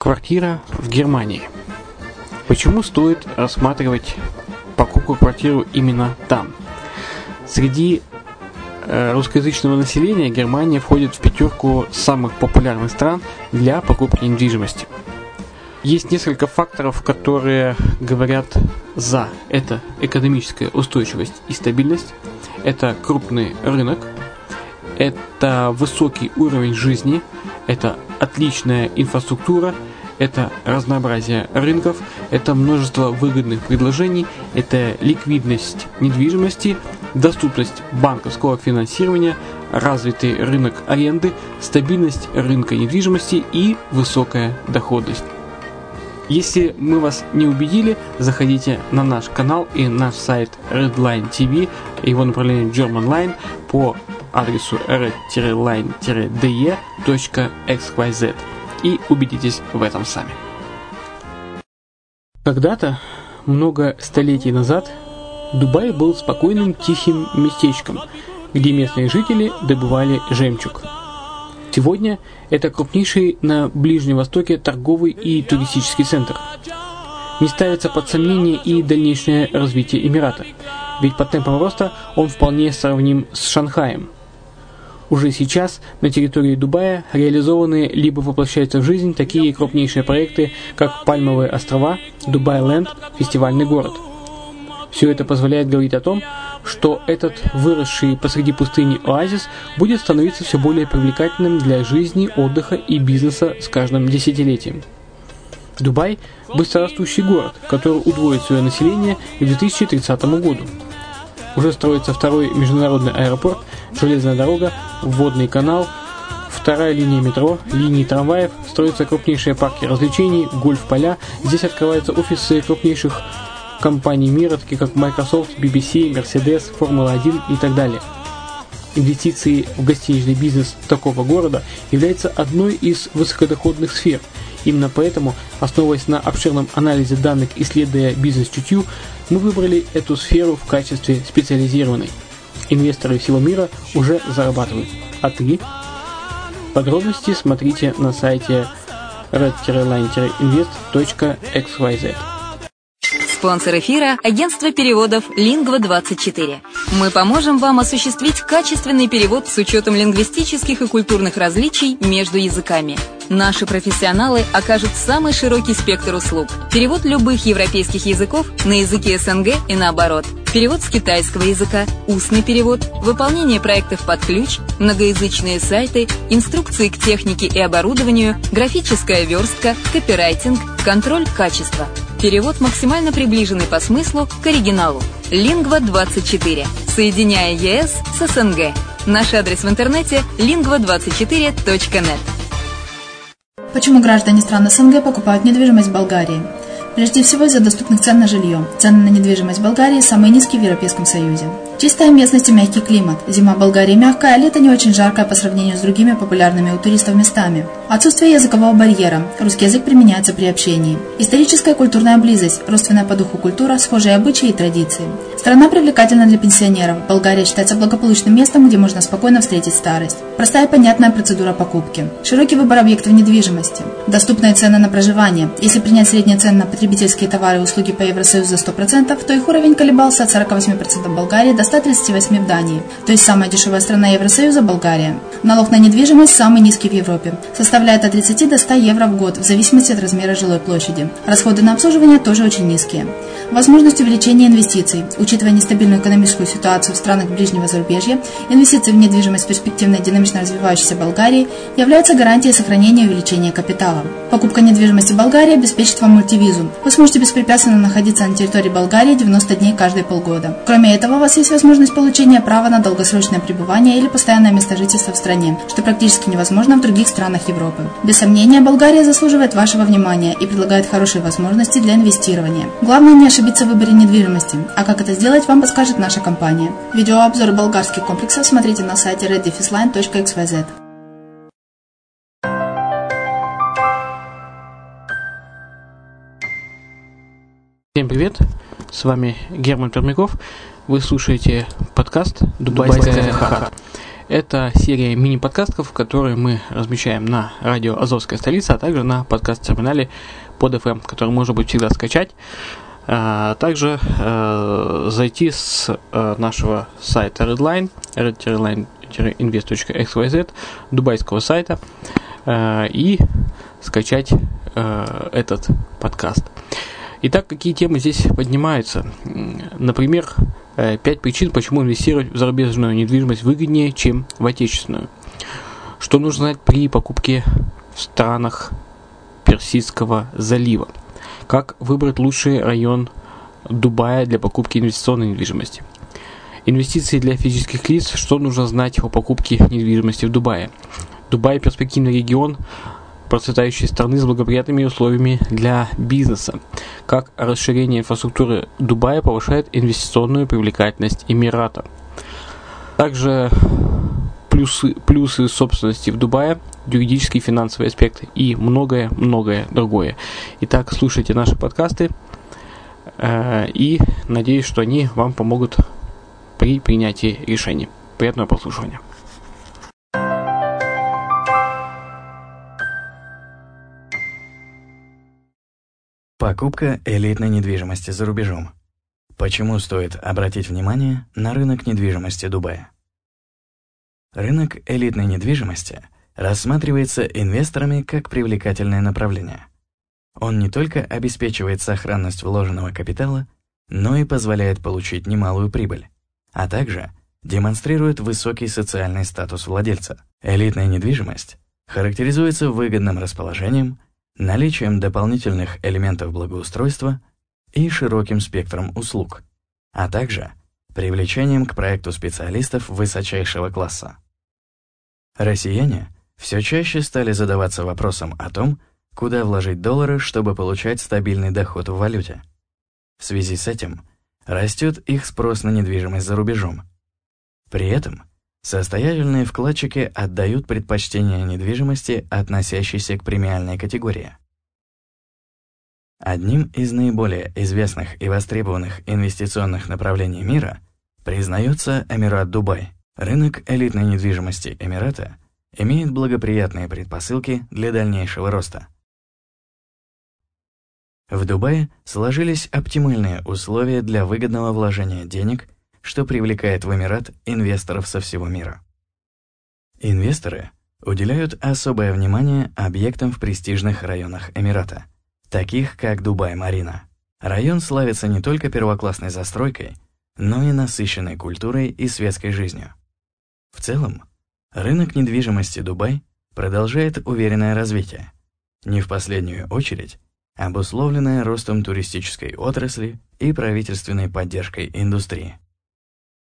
Квартира в Германии. Почему стоит рассматривать покупку квартиры именно там? Среди русскоязычного населения Германия входит в пятерку самых популярных стран для покупки недвижимости. Есть несколько факторов, которые говорят за. Это экономическая устойчивость и стабильность, это крупный рынок, это высокий уровень жизни, это отличная инфраструктура, это разнообразие рынков, это множество выгодных предложений, это ликвидность недвижимости, доступность банковского финансирования, развитый рынок аренды, стабильность рынка недвижимости и высокая доходность. Если мы вас не убедили, заходите на наш канал и наш сайт Redline TV, его направление German Line по адресу red-line-de.xyz и убедитесь в этом сами. Когда-то, много столетий назад, Дубай был спокойным тихим местечком, где местные жители добывали жемчуг. Сегодня это крупнейший на Ближнем Востоке торговый и туристический центр. Не ставится под сомнение и дальнейшее развитие Эмирата, ведь по темпам роста он вполне сравним с Шанхаем. Уже сейчас на территории Дубая реализованы либо воплощаются в жизнь такие крупнейшие проекты, как Пальмовые острова, Дубай-Ленд, фестивальный город. Все это позволяет говорить о том, что этот выросший посреди пустыни оазис будет становиться все более привлекательным для жизни, отдыха и бизнеса с каждым десятилетием. Дубай – быстрорастущий город, который удвоит свое население к 2030 году. Уже строится второй международный аэропорт, железная дорога, водный канал, вторая линия метро, линии трамваев, строятся крупнейшие парки развлечений, гольф-поля. Здесь открываются офисы крупнейших компаний мира, таких как Microsoft, BBC, Mercedes, Формула-1 и так далее. Инвестиции в гостиничный бизнес такого города являются одной из высокодоходных сфер. Именно поэтому, основываясь на обширном анализе данных, исследуя бизнес-чутью, мы выбрали эту сферу в качестве специализированной. Инвесторы всего мира уже зарабатывают. А ты? Подробности смотрите на сайте red-line-invest.xyz. Спонсор эфира – агентство переводов Lingva24. Мы поможем вам осуществить качественный перевод с учетом лингвистических и культурных различий между языками. Наши профессионалы окажут самый широкий спектр услуг. Перевод любых европейских языков на языки СНГ и наоборот. Перевод с китайского языка, устный перевод, выполнение проектов под ключ, многоязычные сайты, инструкции к технике и оборудованию, графическая верстка, копирайтинг, контроль качества. Перевод максимально приближенный по смыслу к оригиналу. Lingva24. Соединяя ЕС с СНГ. Наш адрес в интернете lingva24.net. Почему граждане стран СНГ покупают недвижимость в Болгарии? Прежде всего из-за доступных цен на жилье. Цены на недвижимость в Болгарии самые низкие в Европейском Союзе. Чистая местность и мягкий климат. Зима в Болгарии мягкая, а лето не очень жаркое по сравнению с другими популярными у туристов местами. Отсутствие языкового барьера. Русский язык применяется при общении. Историческая и культурная близость. Родственная по духу культура, схожие обычаи и традиции. Страна привлекательна для пенсионеров. Болгария считается благополучным местом, где можно спокойно встретить старость. Простая и понятная процедура покупки. Широкий выбор объектов недвижимости. Доступные цены на проживание. Если принять средние цены на потребительские товары и услуги по Евросоюзу за 100%, то их уровень колебался от 48% в Болгарии до 138% в Дании. То есть самая дешевая страна Евросоюза – Болгария. Налог на недвижимость самый низкий в Европе. Составляет от 30 до 100 евро в год, в зависимости от размера жилой площади. Расходы на обслуживание тоже очень низкие. Возможность увеличения инвестиций. Учитывая нестабильную экономическую ситуацию в странах ближнего зарубежья, инвестиции в недвижимость в перспективной динамично развивающейся Болгарии являются гарантией сохранения и увеличения капитала. Покупка недвижимости в Болгарии обеспечит вам мультивизу. Вы сможете беспрепятственно находиться на территории Болгарии 90 дней каждые полгода. Кроме этого, у вас есть возможность получения права на долгосрочное пребывание или постоянное место жительства в стране, что практически невозможно в других странах Европы. Без сомнения, Болгария заслуживает вашего внимания и предлагает хорошие возможности для инвестирования. Главное не ошибиться в выборе недвижимости, а как это сделать, вам подскажет наша компания. Видеообзор болгарских комплексов смотрите на сайте red-line.xyz. Всем привет, с вами Герман Пермяков, вы слушаете подкаст «Дубайская ха-ха». Это серия мини-подкастов, которые мы размещаем на радио «Азовская столица», а также на подкаст-терминале под FM, который можно будет всегда скачать. Также зайти с нашего сайта Redline, red-invest.xyz, дубайского сайта, и скачать этот подкаст. Итак, какие темы здесь поднимаются? Например, 5 причин, почему инвестировать в зарубежную недвижимость выгоднее, чем в отечественную. Что нужно знать при покупке в странах Персидского залива. Как выбрать лучший район Дубая для покупки инвестиционной недвижимости. Инвестиции для физических лиц. Что нужно знать о покупке недвижимости в Дубае. Дубай – перспективный регион процветающей страны с благоприятными условиями для бизнеса. Как расширение инфраструктуры Дубая повышает инвестиционную привлекательность Эмирата. Также плюсы собственности в Дубае, юридические и финансовые аспекты и многое-многое другое. Итак, слушайте наши подкасты и надеюсь, что они вам помогут при принятии решений. Приятного прослушивания. Покупка элитной недвижимости за рубежом. Почему стоит обратить внимание на рынок недвижимости Дубая? Рынок элитной недвижимости рассматривается инвесторами как привлекательное направление. Он не только обеспечивает сохранность вложенного капитала, но и позволяет получить немалую прибыль, а также демонстрирует высокий социальный статус владельца. Элитная недвижимость характеризуется выгодным расположением, наличием дополнительных элементов благоустройства и широким спектром услуг, а также привлечением к проекту специалистов высочайшего класса. Россияне все чаще стали задаваться вопросом о том, куда вложить доллары, чтобы получать стабильный доход в валюте. В связи с этим растет их спрос на недвижимость за рубежом. При этом состоятельные вкладчики отдают предпочтение недвижимости, относящейся к премиальной категории. Одним из наиболее известных и востребованных инвестиционных направлений мира признается Эмират Дубай. Рынок элитной недвижимости Эмирата имеет благоприятные предпосылки для дальнейшего роста. В Дубае сложились оптимальные условия для выгодного вложения денег, что привлекает в Эмират инвесторов со всего мира. Инвесторы уделяют особое внимание объектам в престижных районах Эмирата, таких как Дубай-Марина. Район славится не только первоклассной застройкой, но и насыщенной культурой и светской жизнью. В целом, рынок недвижимости Дубай продолжает уверенное развитие, не в последнюю очередь обусловленное ростом туристической отрасли и правительственной поддержкой индустрии.